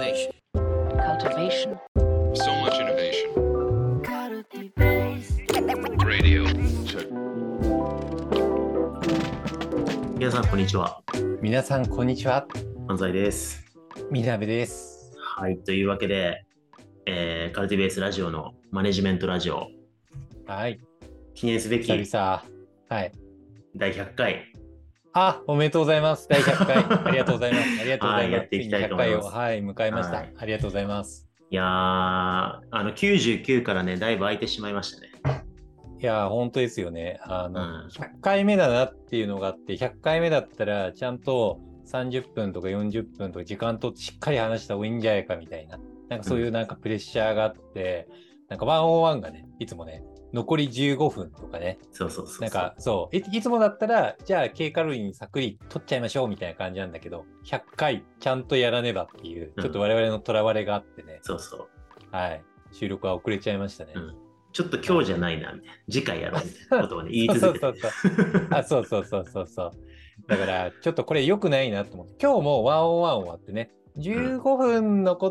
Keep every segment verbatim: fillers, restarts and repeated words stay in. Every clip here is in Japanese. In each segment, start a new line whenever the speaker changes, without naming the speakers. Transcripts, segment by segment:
Cultivation. Cultivation. So much innovation. Radio.
皆さんこんにちは。
皆さんこんにちは。
安西です。
みなべです。
はい、というわけで、えー、カルティベースラジオのマネジメントラジオ、
はい。
記念すべき
久々。はい。
だいひゃっかい。
あ、おめでとうございます。だいひゃっかい。ありがとうございます。ありがとうございます。
はい、やっていきたいと思います。
ひゃっかいを、はい、迎えました、
はい。
ありがとうございます。
いやー、あのきゅうじゅうきゅうからね、だいぶ空いてしまいましたね。
いやー、本当ですよね。あの、
うん、
ひゃっかいめだなっていうのがあって、ひゃっかいめだったら、ちゃんとさんじゅっぷんとかよんじゅっぷんとか時間とってしっかり話した方がいいんじゃないかみたいな、なんかそういうなんかプレッシャーがあって、うん、なんかワンオンワンがね、いつもね、残りじゅうごふんとかね。
そうそうそうそう。
なんかそうい、いつもだったら、じゃあ低カロリーにさっくり取っちゃいましょうみたいな感じなんだけど、ひゃっかいちゃんとやらねばっていう、ちょっと我々のとらわれがあってね、うん。
そうそう。
はい。収録は遅れちゃいましたね。
うん、ちょっと今日じゃないな、みたいな。次回やろうみたいなことをね、言い続けて。
そうそうそうそう。あ、そうそうそうそうそう。だから、ちょっとこれ良くないなと思って、今日もワンオンワン終わってね、じゅうごふん残って、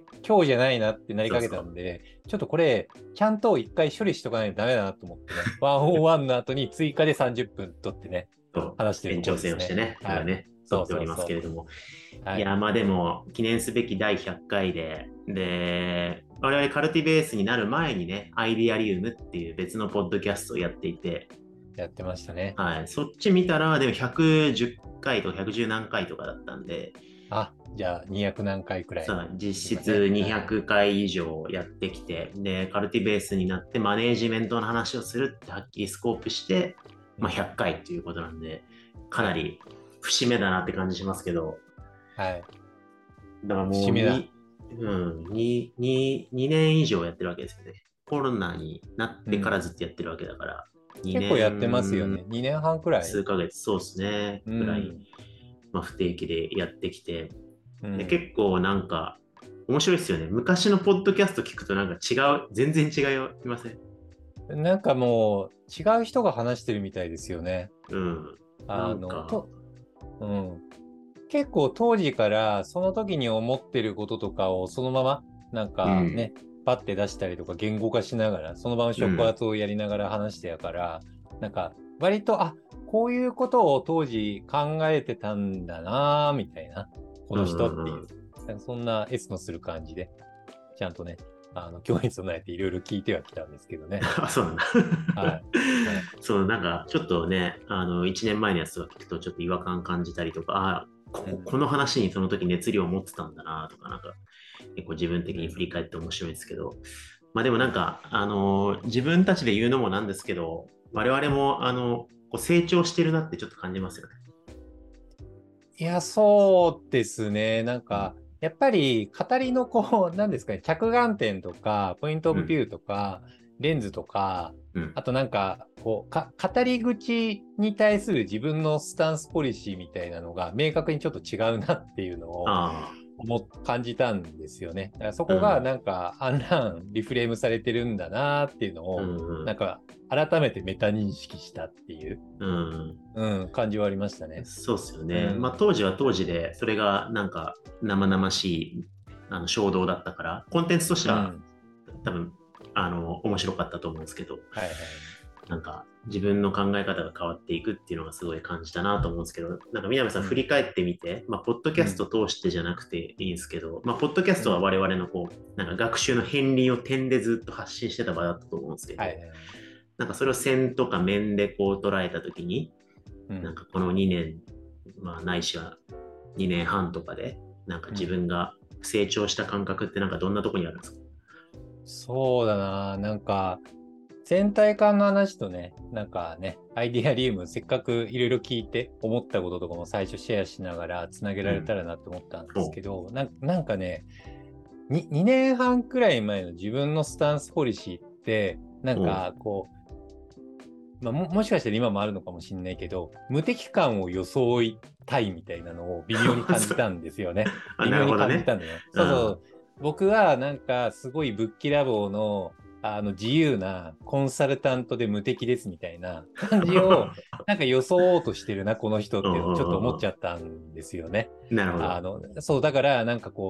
今日じゃないなってなりかけたんで、そうそう、ちょっとこれ、ちゃんと一回処理しとかないとダメだなと思ってね、ワンオンワンの後に追加でさんじゅっぷん取ってね、話してる
延長戦をしてね、はい、今ね、撮っておりますけれども。はい、いや、まあでも、記念すべきだいひゃっかいで、で、我々カルティベースになる前にね、アイディアリウムっていう別のポッドキャストをやっていて、
やってましたね。
はい、そっち見たら、でもひゃくじゅっかいとかひゃくじゅう何回とかだったんで、
あ、じゃあにひゃく何回くらい。
さあ、実質にひゃくかい以上やってきて、で、カルティベースになってマネージメントの話をするってはっきりスコープして、まあ、ひゃっかいということなんで、かなり節目だなって感じしますけど、
はい。
だからもう
節目だ。
うん、に, に, にねん以上やってるわけですよね。コロナになってからずっとやってるわけだから、
うん、結構やってますよね。にねんはんくらい。
数ヶ月、そうですね。くらい、うん、まあ、不定期でやってきて、うん、で結構なんか面白いですよね。昔のポッドキャスト聞くとなんか違う、全然違いません？
なんかもう違う人が話してるみたいですよね。
うん。
あのと、うん。結構当時からその時に思ってることとかをそのままなんかね、うん、パッて出したりとか言語化しながらその場の触発をやりながら話してやから、うん、なんか割とあこういうことを当時考えてたんだなみたいなこの人っていう、うん、そんなエスのする感じでちゃんとねあの今日に備えていろいろ聞いてはきたんですけどね。
あ、そうなんだ。はい。はい、そうなんかちょっとねあのいちねんまえのやつとか聞くとちょっと違和感感じたりとかあこ, この話にその時熱量を持ってたんだなとか、なんか結構自分的に振り返って面白いですけど、まあでもなんか、あのー、自分たちで言うのもなんですけど、我々もあのこう成長してるなってちょっと感じますよね。
いや、そうですね。なんか、やっぱり語りのこう、なんですかね、着眼点とか、ポイントオブビューとか、うん、レンズとか、うん、あとなんか、こうか、語り口に対する自分のスタンスポリシーみたいなのが明確にちょっと違うなっていうのを思感じたんですよね。だからそこがなんか、アンランリフレームされてるんだなっていうのを、うん、なんか、改めてメタ認識したっていう、うんうん、感じはありましたね。
そうですよね。うん、まあ当時は当時で、それがなんか生々しいあの衝動だったから、コンテンツとしては、うん、多分あの面白かったと思うんですけど、はいはい、なんか自分の考え方が変わっていくっていうのがすごい感じたなと思うんですけど、なんか南さん振り返ってみて、うん、まあポッドキャスト通してじゃなくていいんですけど、うん、まあポッドキャストは我々のこうなんか学習の片鱗を点でずっと発信してた場だったと思うんですけど、はいはいはい、なんかそれを線とか面でこう捉えたときに、うん、なんかこのにねん、まあ、ないしはにねんはんとかでなんか自分が成長した感覚ってなんかどんなところにあるんですか？
そうだな、なんか全体感の話とね、なんかね、アイディアリウムせっかくいろいろ聞いて思ったこととかも最初シェアしながらつなげられたらなと思ったんですけど、うん、な, なんかねに、にねんはんくらい前の自分のスタンスポリシーってなんかこう、うんまあ、も, もしかしたら今もあるのかもしれないけど、無敵感を装いたいみたいなのを微妙に感じたんですよね。微妙に感じたんだよ。ね、そうそう。僕はなんかすごいぶっきらぼうのあの自由なコンサルタントで無敵ですみたいな感じをなんか装おうとしてるなこの人っていうのをちょっと思っちゃったんですよね。
なるほど。
あのそうだからなんかこう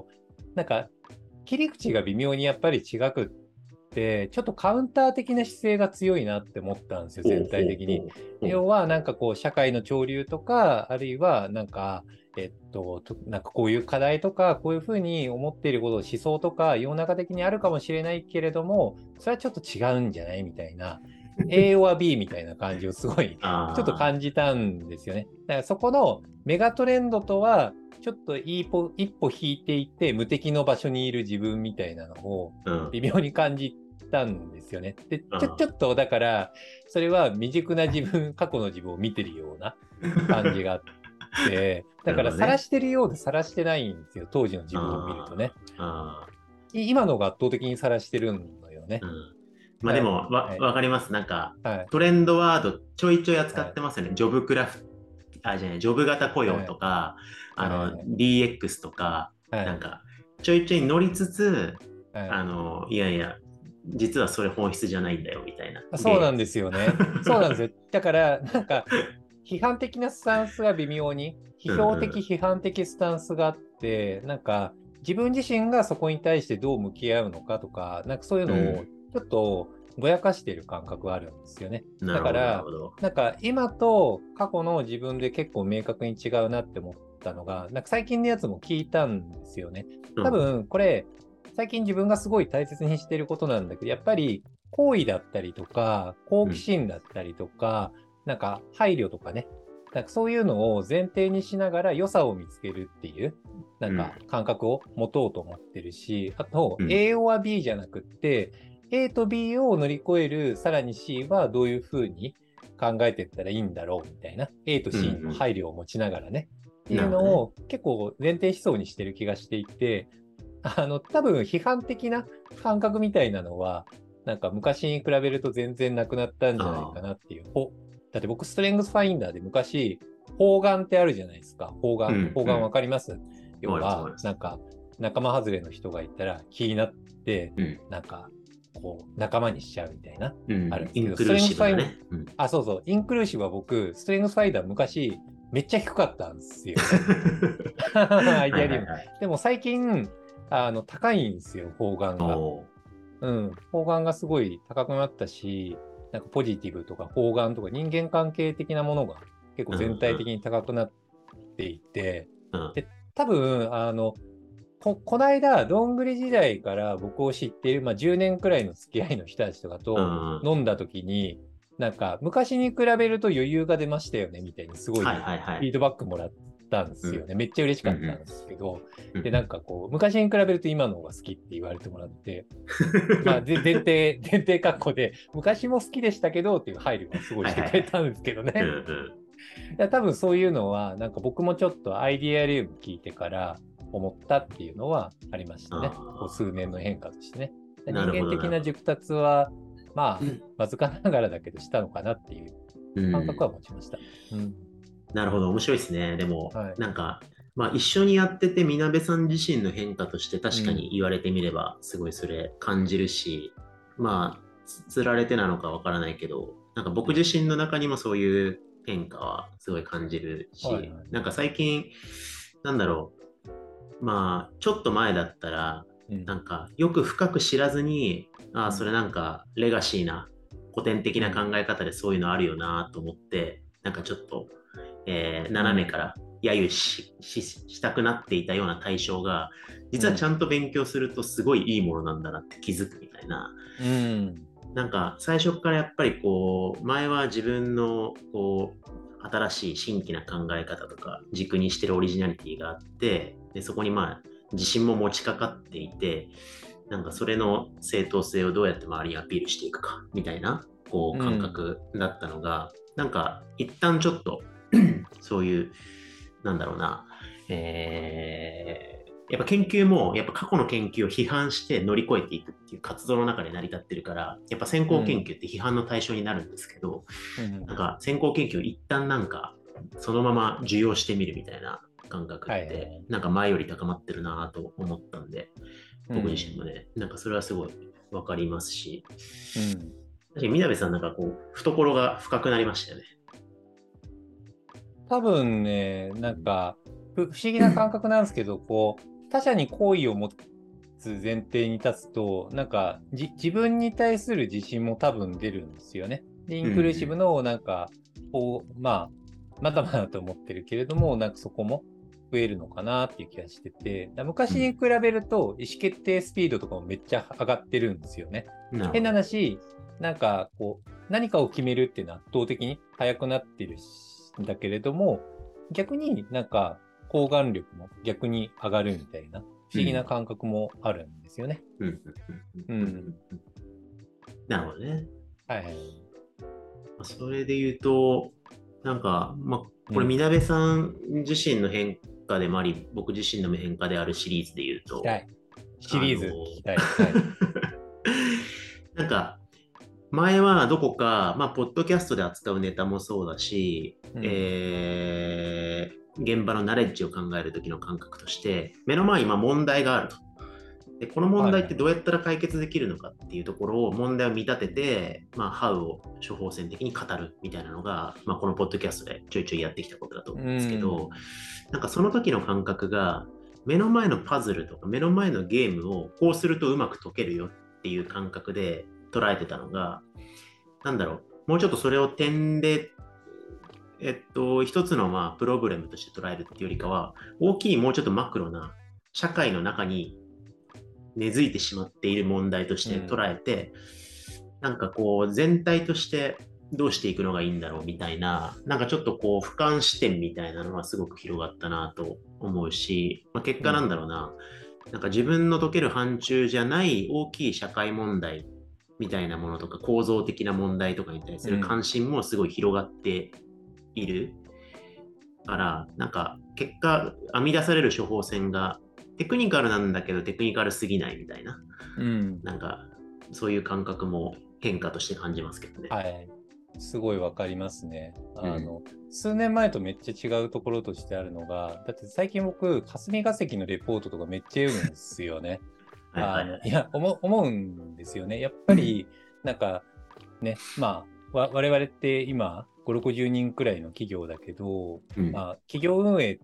なんか切り口が微妙にやっぱり違くって、ちょっとカウンター的な姿勢が強いなって思ったんですよ、全体的に。要はなんかこう社会の潮流とか、あるいはなんかえっとなんかこういう課題とか、こういうふうに思っていること、思想とか世の中的にあるかもしれないけれども、それはちょっと違うんじゃないみたいな。A or B みたいな感じをすごいちょっと感じたんですよね。だからそこのメガトレンドとはちょっと一歩、一歩引いていて無敵の場所にいる自分みたいなのを微妙に感じたんですよね。で、ちょ、ちょっとだからそれは未熟な自分、過去の自分を見てるような感じがあって、だから晒してるようで晒してないんですよ、当時の自分を見るとね。今のが圧倒的に晒してるのよね。
うんまあでも、わ、はい、わかります。なんか、はい、トレンドワードちょいちょい扱ってますよね。はい、ジョブクラフト、あ、じゃない、ジョブ型雇用とか、はい、あの、はい、ディーエックス とか、はい、なんか、ちょいちょい乗りつつ、はい、あの、いやいや、実はそれ本質じゃないんだよ、みたいな。
そうなんですよね。そうなんですよ。だから、なんか、批判的なスタンスが微妙に、批評的、批判的スタンスがあって、うん、なんか、自分自身がそこに対してどう向き合うのかとか、なんかそういうのを、ちょっとぼやかしている感覚があるんですよね。だから、なんか今と過去の自分で結構明確に違うなって思ったのが、なんか最近のやつも聞いたんですよね。多分これ、最近自分がすごい大切にしていることなんだけど、やっぱり好意だったりとか、好奇心だったりとか、うん、なんか配慮とかね、なんかそういうのを前提にしながら良さを見つけるっていう、なんか感覚を持とうと思ってるし、あと、A or B じゃなくって、A と B を乗り越えるさらに C はどういうふうに考えていったらいいんだろうみたいな A と C の配慮を持ちながらね、うんうん、っていうのを結構前提思想にしてる気がしていて、あの多分批判的な感覚みたいなのはなんか昔に比べると全然なくなったんじゃないかなっていう。だって僕ストレングスファインダーで昔方眼ってあるじゃないですか。方眼、うんうん、方眼わかります？要はなんか仲間外れの人がいたら気になって、うん、なんかこう仲間にしちゃうみたいな、うん、あるんですけど、インクルーシブだね、うん、あ、そうそう、インクルーシブは僕、ストレングスファインダー昔めっちゃ低かったんですよ、ね。アイデアリウム。でも最近あの高いんですよ、方眼が。うん、方眼がすごい高くなったし、なんかポジティブとか方眼とか人間関係的なものが結構全体的に高くなっていて、うんうん、で多分あのこ, この間、どんぐり時代から僕を知っている、まあ、じゅうねんくらいの付き合いの人たちとかと飲んだ時に、うん、なんか昔に比べると余裕が出ましたよねみたいにすごいフィードバックもらったんですよね、はいはいはい、めっちゃ嬉しかったんですけど、うんうん、でなんかこう昔に比べると今の方が好きって言われてもらってまあで前提前提括弧で昔も好きでしたけどっていう配慮はすごいしてくれたんですけどね、はいはいはい、多分そういうのはなんか僕もちょっとアイディアリウム聞いてから思ったっていうのはありましたね。こう数年の変化としてね。人間的な熟達はまあ、うん、わずかながらだけどしたのかなっていう感覚は持ちました。うんうん、
なるほど、面白いですね。でも、はい、なんか、まあ、一緒にやってて、みなべさん自身の変化として確かに言われてみれば、すごいそれ感じるし、うん、まあ、つられてなのかわからないけど、なんか僕自身の中にもそういう変化はすごい感じるし、はいはい、なんか最近、なんだろう、まあ、ちょっと前だったら、うん、なんか、よく深く知らずに、ああ、それなんか、レガシーな、古典的な考え方でそういうのあるよなと思って、なんかちょっと、えー、斜めから揶揄 し, し, したくなっていたような対象が、実はちゃんと勉強するとすごいいいものなんだなって気づくみたいな。うん、なんか、最初からやっぱりこう、前は自分の、こう、新しい新規な考え方とか軸にしてるオリジナリティがあって、でそこにまあ自信も持ちかかっていて、なんかそれの正当性をどうやって周りにアピールしていくかみたいなこう感覚だったのが、うん、なんか一旦ちょっとそういうなんだろうな、えー、やっぱ研究もやっぱ過去の研究を批判して乗り越えていくっていう活動の中で成り立ってるから、やっぱ先行研究って批判の対象になるんですけど、うん、なんか先行研究を一旦なんかそのまま受容してみるみたいな感覚って、はいはいはい、なんか前より高まってるなと思ったんで、僕自身もね、うん、なんかそれはすごい分かりますし、うん、確かにみなべさんなんかこう懐が深くなりましたよね。
多分ね、なんか不思議な感覚なんですけど、こう他者に好意を持つ前提に立つと、なんかじ自分に対する自信も多分出るんですよね。で、インクルーシブのなんか、こう、まあ、まだまだと思ってるけれども、なんかそこも増えるのかなっていう気がしてて、昔に比べると意思決定スピードとかもめっちゃ上がってるんですよね。変な話、なんかこう、何かを決めるっていうのは圧倒的に速くなってるんだけれども、逆になんか抗眼力も逆に上がるみたいな不思議な感覚もあるんですよね。
うん。うん。なるほどね。
はいはい。
それで言うと、なんか、まあ、これ、みなべさん自身の変化でもあり、僕自身の変化であるシリーズで言うと、
シリーズ聞きたい。はい、
なんか、前はどこか、まあ、ポッドキャストで扱うネタもそうだし、うん、えー、現場のナレッジを考えるときの感覚として、目の前に今問題があると。でこの問題ってどうやったら解決できるのかっていうところを問題を見立てて、まあ、ハウを処方箋的に語るみたいなのが、まあ、このポッドキャストでちょいちょいやってきたことだと思うんですけど、なんかその時の感覚が目の前のパズルとか目の前のゲームをこうするとうまく解けるよっていう感覚で捉えてたのが、なんだろう、もうちょっとそれを点でえっと、一つのまあプロブレムとして捉えるっていうよりかは、大きいもうちょっとマクロな社会の中に根付いてしまっている問題として捉えて、うん、なんかこう全体としてどうしていくのがいいんだろうみたいな、なんかちょっとこう俯瞰視点みたいなのはすごく広がったなと思うし、まあ、結果なんだろうな、うん、なんか自分の解ける範疇じゃない大きい社会問題みたいなものとか構造的な問題とかに対する関心もすごい広がっている、うん、からなんか結果編み出される処方箋がテクニカルなんだけどテクニカルすぎないみたいな、うん、なんかそういう感覚も変化として感じますけどね。
はい、すごいわかりますね。あの、うん、数年前とめっちゃ違うところとしてあるのが、だって最近僕霞が関のレポートとかめっちゃ読むんですよね。はいはい、あのいや思思うんですよね。やっぱりなんかね、まあわ我々って今ごじゅう、ろくじゅうにんくらいの企業だけど、うん、まあ、企業運営って、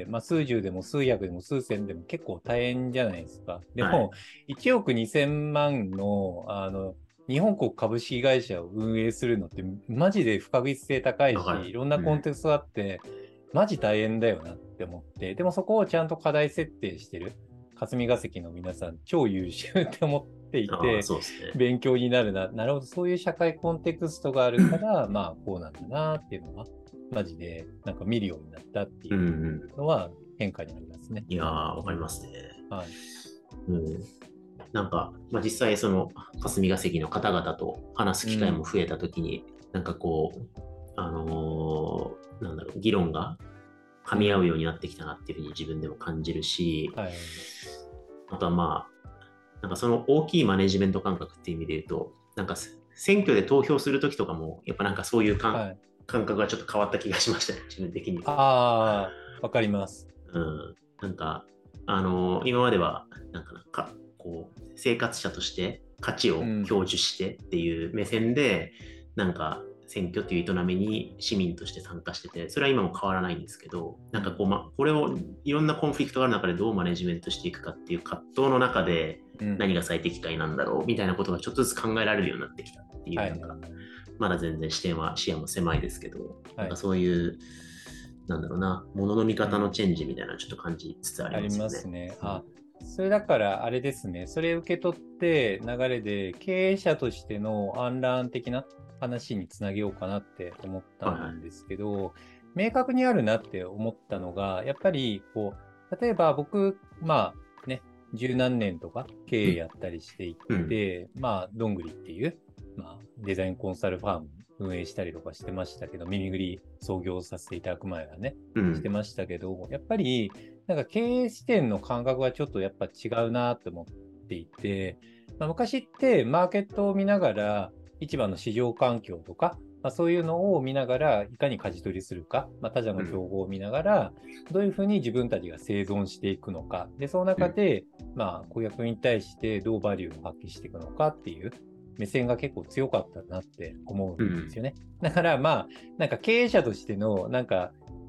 まあ、数十でも数百でも数千でも結構大変じゃないですか。でも、はい、いちおくにせんまんの、あの、日本国株式会社を運営するのってマジで不確実性高いし、はい、いろんなコンテンツがあって、うん、マジ大変だよなって思って、でもそこをちゃんと課題設定してる霞が関の皆さん超優秀って思ってていて、
そうですね、
勉強になるな、なるほど、そういう社会コンテクストがあるから、まあ、こうなんだなっていうのは、マジでなんか見るようになったっていうのは変化になりますね。
うんうん、いやー、わかりますね。
はい。
うん、なんか、まあ、実際、その霞が関の方々と話す機会も増えたときに、うん、なんかこう、あのー、なんだろう、議論が噛み合うようになってきたなっていうふうに自分でも感じるし、うん、はい、あとはまあ、なんかその大きいマネジメント感覚っていう意味で言うと、なんか選挙で投票するときとかも、やっぱなんかそういう感、はい、感覚がちょっと変わった気がしましたね、自分的に。
ああ、わかります。
うん。なんか、あのー、今までは、なんかな、か、こう、生活者として価値を享受してっていう目線で、うん、なんか、選挙という営みに市民として参加してて、それは今も変わらないんですけど、なんかこう、ま、これをいろんなコンフリクトがある中でどうマネジメントしていくかっていう葛藤の中で何が最適解なんだろうみたいなことがちょっとずつ考えられるようになってきたっていう、なんか、まだ全然視点は視野も狭いですけど、なんかそういう、なんだろうな、ものの見方のチェンジみたいなのをちょっと感じつつありますよね。
ありますね。あ、それだからあれですね、それ受け取って流れで経営者としてのアンラーン的な話につなげようかなって思ったんですけど、はい、明確にあるなって思ったのが、やっぱりこう、例えば僕、まあね、十何年とか経営やったりしていて、うん、まあ、どんぐりっていう、まあ、デザインコンサルファーム運営したりとかしてましたけど、耳ぐり創業させていただく前はね、うん、してましたけど、やっぱりなんか経営視点の感覚がちょっとやっぱ違うなって思っていて、まあ、昔ってマーケットを見ながら市場の市場環境とか、まあ、そういうのを見ながらいかに舵取りするか、まあ、他社の競合を見ながらどういうふうに自分たちが生存していくのか、でその中で、まあ、顧客に対してどうバリューを発揮していくのかっていう目線が結構強かったなって思うんですよね。だからまあなんか経営者としてのなんか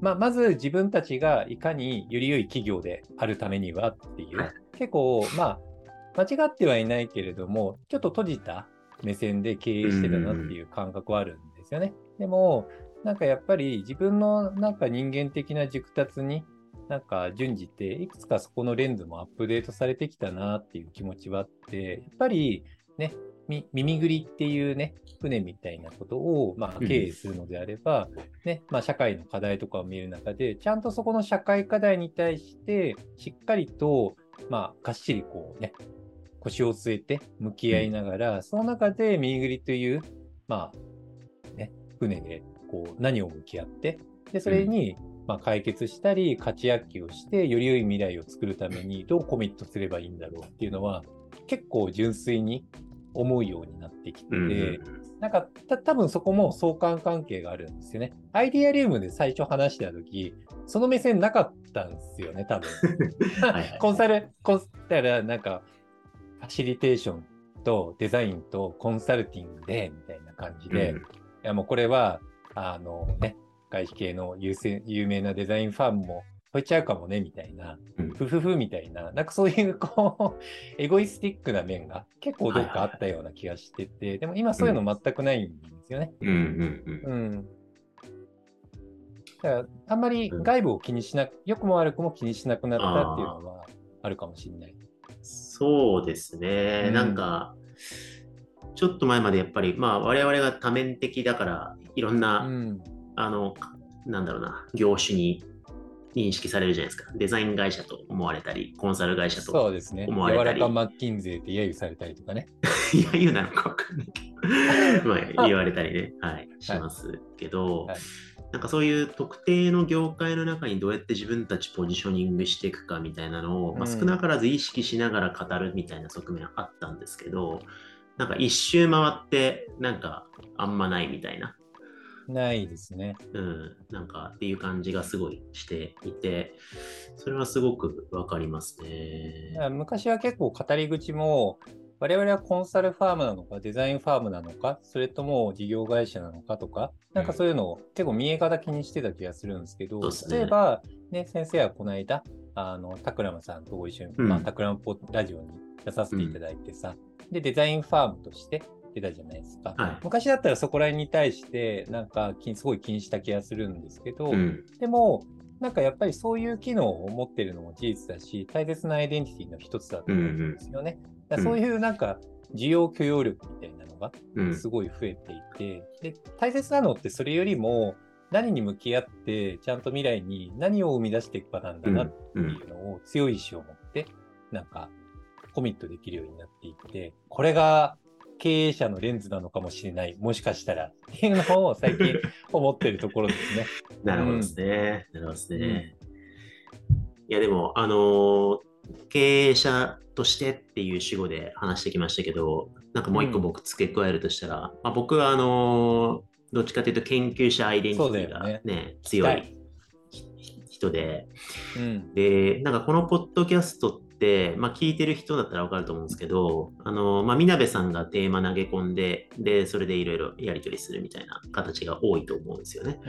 まあ、まず自分たちがいかにより良い企業であるためにはっていう、結構、まあ、間違ってはいないけれども、ちょっと閉じた目線で経営してたなっていう感覚はあるんですよね。でも、なんかやっぱり自分のなんか人間的な熟達になんか準じて、いくつかそこのレンズもアップデートされてきたなっていう気持ちはあって、やっぱりね、み耳ぐりっていうね、船みたいなことをまあ経営するのであれば、うん、ね、まあ社会の課題とかを見る中で、ちゃんとそこの社会課題に対して、しっかりと、まあ、がっしりこうね、腰を据えて向き合いながら、うん、その中で耳ぐりという、まあ、ね、船でこう何を向き合って、で、それに、まあ、解決したり、勝ち焼きをして、より良い未来を作るためにどうコミットすればいいんだろうっていうのは、結構純粋に思うようになってきてて、うん、なんかた多分そこも相関関係があるんですよね。アイディアリウムで最初話したとき、その目線なかったんですよね、多分。はいはいはい、コンサル、コンだからなんか、ファシリテーションとデザインとコンサルティングでみたいな感じで、うん、いやもうこれは、あのね、外資系の有有名なデザインファームも超えちゃうかもねみたいな、うん、ふふふみたいな、なんかそういうこうエゴイスティックな面が結構どっかあったような気がしてて、はいはいはい、でも今そういうの全くないんですよね。うんうんうんうん、だからあんまり外部を気にしなく、良くも悪くも気にしなくなったっていうのはあるかもしれない。
そうですね、うん、なんかちょっと前までやっぱり、まあ、我々が多面的だからいろんな、うん、あのなんだろうな業種に認識されるじゃないですか。デザイン会社と思われたり、コンサル会社と思われたり。そうですね。
柔らかマッキンゼーって揶揄されたりとかね。
揶揄なのか分かんないけど、まあ、言われたりね、はい、しますけど、はいはい、なんかそういう特定の業界の中にどうやって自分たちポジショニングしていくかみたいなのを、うん、まあ、少なからず意識しながら語るみたいな側面あったんですけど、なんか一周回ってなんかあんまないみたいな。
ないですね。
うん、なんかっていう感じがすごいしていて、それはすごくわかりますね。
昔は結構語り口も、我々はコンサルファームなのか、デザインファームなのか、それとも事業会社なのかとか、なんかそういうのを結構見え方気にしてた気がするんですけど、うん、例えば、ね、先生はこの間、あの、タクラムさんとご一緒に、うん、まあ、タクラムポラジオに出させていただいてさ、うん、で、デザインファームとして、出たじゃないですか、はい、昔だったらそこら辺に対してなんかすごい気にした気がするんですけど、うん、でもなんかやっぱりそういう機能を持ってるのも事実だし、大切なアイデンティティの一つだと思うんですよね。うんうん、だそういうなんか需要許容力みたいなのがすごい増えていて、うん、で大切なのってそれよりも何に向き合ってちゃんと未来に何を生み出していくかなんだなっていうのを強い意志を持ってなんかコミットできるようになっていって、これが経営者のレンズなのかもしれない、もしかしたらっていうのを最近思ってるところですね。
なるほどですね。うん、なるほどですね。うん、いやでもあのー、経営者としてっていう主語で話してきましたけど、なんかもう一個僕付け加えるとしたら、うん、まあ、僕はあのー、どっちかというと研究者アイデンティティが ね, ね強い人で、うん、でなんかこのポッドキャストってで、まあ、聞いてる人だったら分かると思うんですけど、あの、まあ、みなべさんがテーマ投げ込んで、で、それでいろいろやり取りするみたいな形が多いと思うんですよね。うん、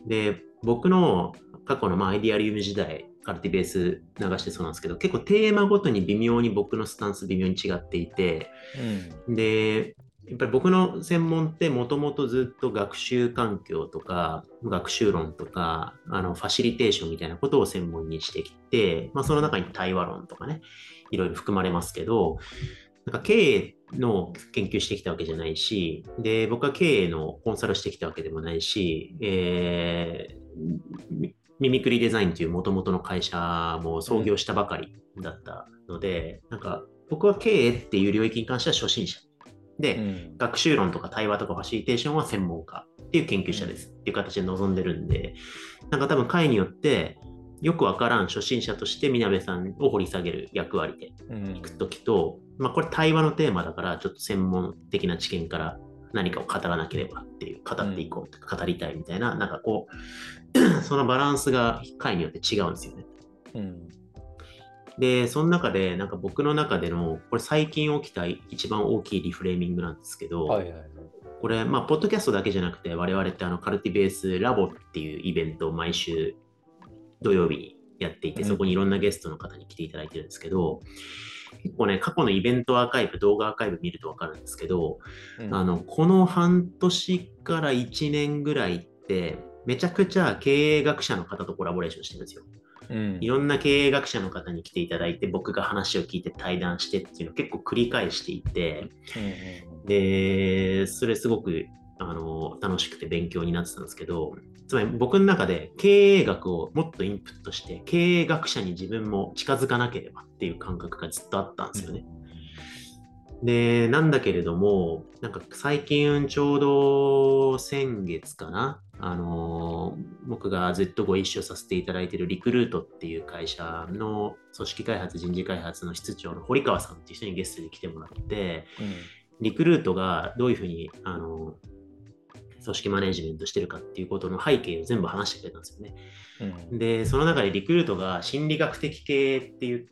で、僕の過去のまあアイディアリウム時代、カルティベース流してそうなんですけど、結構テーマごとに微妙に僕のスタンス微妙に違っていて、うん、で、やっぱり僕の専門ってもともとずっと学習環境とか学習論とかあのファシリテーションみたいなことを専門にしてきて、まあ、その中に対話論とかねいろいろ含まれますけど、なんか経営の研究してきたわけじゃないし、で僕は経営のコンサルしてきたわけでもないし、えー、ミミクリデザインというもともとの会社も創業したばかりだったので、うん、なんか僕は経営っていう領域に関しては初心者で、うん、学習論とか対話とかファシリテーションは専門家っていう研究者ですっていう形で臨んでるんで、なんか多分会によってよくわからん初心者としてみなべさんを掘り下げる役割でいくときと、うん、まあこれ対話のテーマだからちょっと専門的な知見から何かを語らなければっていう、語っていこうとか語りたいみたいな、なんかこうそのバランスが会によって違うんですよね。うん、で、その中で、なんか僕の中での、これ最近起きた一番大きいリフレーミングなんですけど、はいはいはい、これ、まあ、ポッドキャストだけじゃなくて、我々ってあのカルティベースラボっていうイベントを毎週土曜日にやっていて、そこにいろんなゲストの方に来ていただいてるんですけど、結構ね、過去のイベントアーカイブ、動画アーカイブ見るとわかるんですけど、うん、あの、この半年からいちねんぐらいって、めちゃくちゃ経営学者の方とコラボレーションしてるんですよ。うん、いろんな経営学者の方に来ていただいて、僕が話を聞いて対談してっていうのを結構繰り返していて、うんうん、で、それすごくあの楽しくて勉強になってたんですけど、つまり僕の中で経営学をもっとインプットして、経営学者に自分も近づかなければっていう感覚がずっとあったんですよね。うん、で、なんだけれども、なんか最近ちょうど先月かな、あの僕がずっとご一緒させていただいているリクルートっていう会社の組織開発人事開発の室長の堀川さんっていう人にゲストに来てもらって、うん、リクルートがどういうふうにあの組織マネジメントしてるかっていうことの背景を全部話してくれたんですよね。うん、で、その中でリクルートが心理学的経営って言って、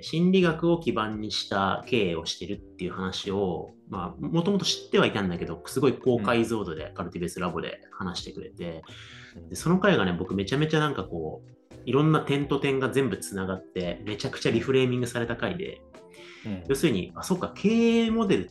心理学を基盤にした経営をしてるっていう話を、まあ、もともと知ってはいたんだけど、すごい高解像度でカルティベースラボで話してくれて、でその回がね、僕めちゃめちゃなんかこう、いろんな点と点が全部つながって、めちゃくちゃリフレーミングされた回で、うん、要するに、あ、そうか、経営モデルって、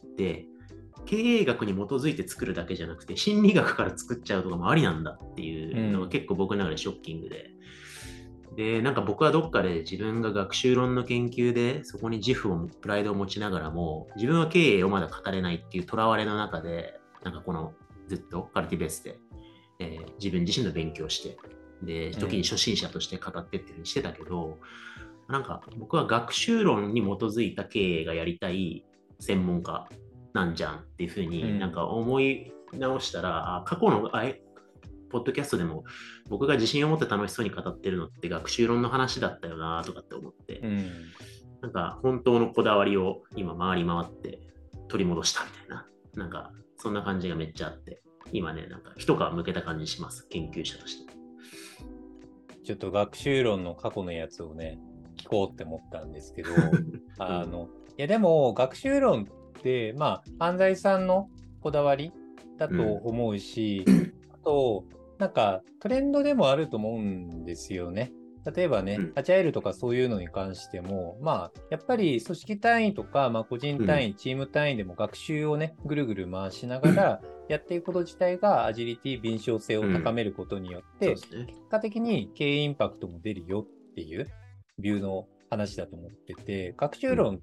経営学に基づいて作るだけじゃなくて心理学から作っちゃうとかもありなんだっていうのが結構僕の中でショッキングで、うん、でなんか僕はどっかで自分が学習論の研究でそこに自負をプライドを持ちながらも自分は経営をまだ語れないっていうとらわれの中でなんかこのずっとカルティベースで、えー、自分自身の勉強してで時に初心者として語ってっていうふうにしてたけど、うん、なんか僕は学習論に基づいた経営がやりたい専門家なんじゃんっていうふうになんか思い直したら、うん、過去のあえポッドキャストでも僕が自信を持って楽しそうに語ってるのって学習論の話だったよなとかって思って、うん、なんか本当のこだわりを今回り回って取り戻したみたいな、なんかそんな感じがめっちゃあって、今ね、なんか一皮向けた感じします、研究者として。
ちょっと学習論の過去のやつをね、聞こうって思ったんですけど、あの、いやでも学習論で、まあ、安西さんのこだわりだと思うし、うん、あと、なんかトレンドでもあると思うんですよね。例えばね、うん、アジャイルとかそういうのに関しても、まあ、やっぱり組織単位とか、まあ、個人単位、うん、チーム単位でも学習をね、ぐるぐる回しながらやっていくこと自体がアジリティ、敏捷性を高めることによって、うんね、結果的に経営インパクトも出るよっていうビューの話だと思ってて、学習論って、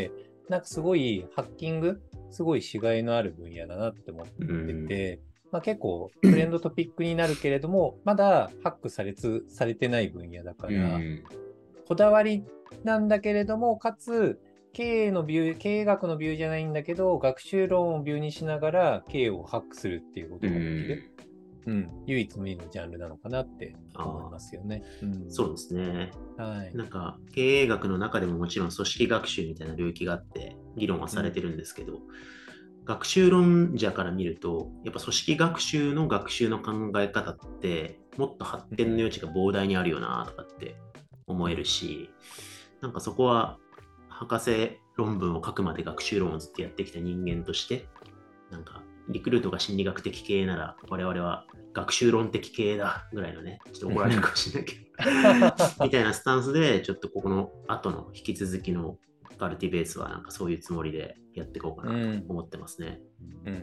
なんかすごいハッキング、すごいしがいのある分野だなって思ってて、うんまあ、結構トレンドトピックになるけれども、まだハックされつされてない分野だから、うん、こだわりなんだけれども、かつ経営のビュー、経営学のビューじゃないんだけど、学習論をビューにしながら経営をハックするっていうことができる。うんうん、唯一無二のジャンルなのかなって思いますよね。
うん、そうですね。はい。なんか経営学の中でももちろん組織学習みたいな領域があって議論はされてるんですけど、うん、学習論者から見るとやっぱ組織学習の学習の考え方ってもっと発展の余地が膨大にあるよなとかって思えるし、なんかそこは博士論文を書くまで学習論をずっとやってきた人間としてなんかリクルートが心理学的経営なら我々は学習論的経営だぐらいのね、ちょっと怒られるかもしれないけどみたいなスタンスでちょっとここの後の引き続きのカルティベースはなんかそういうつもりでやっていこうかなと思ってますね、うんうん、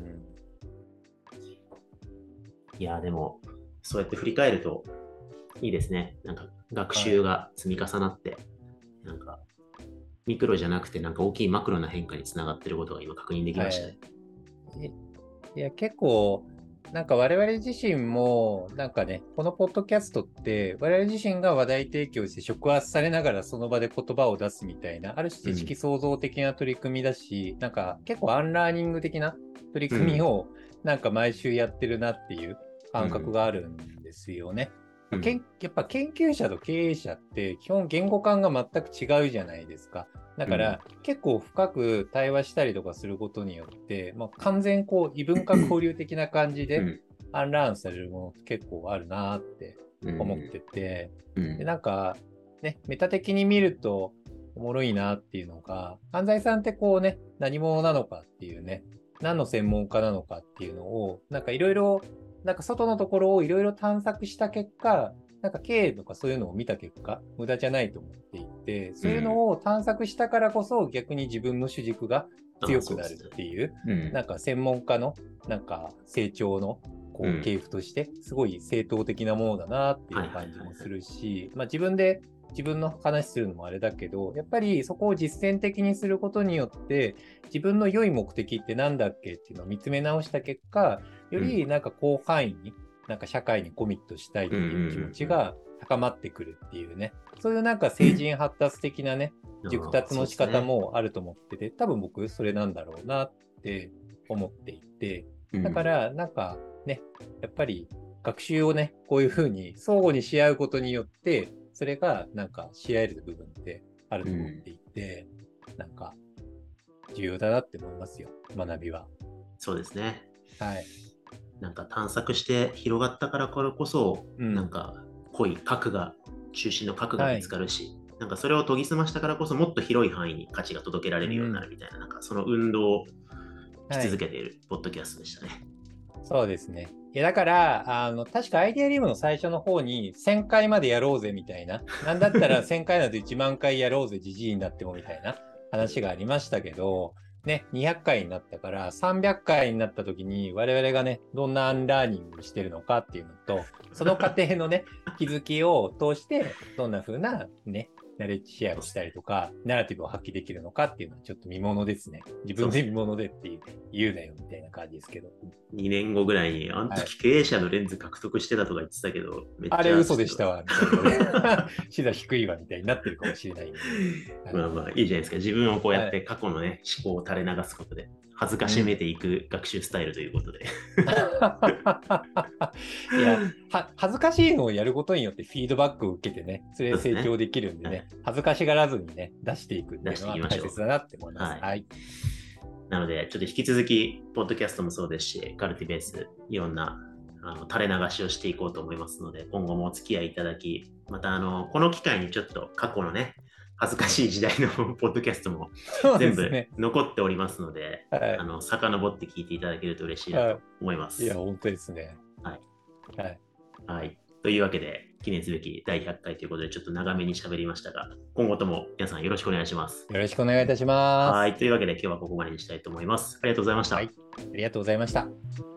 いやでもそうやって振り返るといいですね。なんか学習が積み重なって、はい、なんかミクロじゃなくてなんか大きいマクロな変化につながっていることが今確認できましたね、
はいいや結構なんか我々自身もなんかねこのポッドキャストって我々自身が話題提供して触発されながらその場で言葉を出すみたいなある種知識創造的な取り組みだし、うん、なんか結構アンラーニング的な取り組みをなんか毎週やってるなっていう感覚があるんですよね、うん、けやっぱ研究者と経営者って基本言語感が全く違うじゃないですか。だから、うん、結構深く対話したりとかすることによって、まあ、完全こう異文化交流的な感じでアンラーンされるものって結構あるなって思ってて、うん、でなんかねメタ的に見るとおもろいなっていうのが、安西さんってこうね何者なのかっていうね何の専門家なのかっていうのをなんかいろいろなんか外のところをいろいろ探索した結果なんか経営とかそういうのを見た結果、無駄じゃないと思っていて、そういうのを探索したからこそ、逆に自分の主軸が強くなるっていう、うん、なんか専門家のなんか成長のこう系譜として、すごい正当的なものだなっていう感じもするし、まあ自分で自分の話するのもあれだけど、やっぱりそこを実践的にすることによって、自分の良い目的ってなんだっけっていうのを見つめ直した結果、よりなんか広範囲に、なんか社会にコミットしたいっていう気持ちが高まってくるっていうね、そういうなんか成人発達的なね、熟達の仕方もあると思ってて、多分僕それなんだろうなって思っていて、だからなんかね、やっぱり学習をね、こういうふうに相互にし合うことによって、それがなんかし合える部分ってあると思っていて、うん、なんか重要だなって思いますよ、学びは。
そうですね。
はい。
なんか探索して広がったからこそ、うん、なんか濃い核が、中心の核が見つかるし、はい、なんかそれを研ぎ澄ましたからこそもっと広い範囲に価値が届けられるようになるみたいな、うん、なんかその運動をし続けているポッドキャストでしたね。
はい、そうですね。いやだからあの確かアイデアリウムの最初の方にせんかいまでやろうぜみたいな、なんだったらせんかいなどいちまんかいやろうぜじじいになってもみたいな話がありましたけど、ね、にひゃっかいになったからさんびゃっかいになった時に我々がねどんなアンラーニングしてるのかっていうのと、その過程のね気づきを通してどんな風なねナレッジシェアをしたりとか、ナラティブを発揮できるのかっていうのはちょっと見ものですね。自分で見ものでっていう言うなよみたいな感じですけど。
にねんごぐらいに、あの時経営者のレンズ獲得してたとか言ってたけど、はい、
めっちゃあれ嘘でしたわ、みたいな。シダ低いわみたいになってるかもしれないんで。
はい、まあまあいいじゃないですか。自分をこうやって過去のね、はい、思考を垂れ流すことで、恥ずかしめていく学習スタイルということで。
うん、いやは、恥ずかしいのをやることによってフィードバックを受けてね、それで成長できるんでね、でね恥ずかしがらずにね、出していくっていうのは大切だなって思います。はい。はい、
なので、ちょっと引き続き、ポッドキャストもそうですし、カルティベース、いろんなあの垂れ流しをしていこうと思いますので、今後もお付き合いいただき、またあのこの機会にちょっと過去のね、恥ずかしい時代のポッドキャストも全部残っておりますので、でね、はい、あの遡って聞いていただけると嬉しいなと思います。
はい、いや、本当ですね。
はい。
はい。
はい。というわけで、記念すべきだいひゃっかいということで、ちょっと長めに喋りましたが、今後とも皆さんよろしくお願いします。
よろしくお願いいたします。
はい。というわけで、今日はここまでにしたいと思います。ありがとうございました。
はい。ありがとうございました。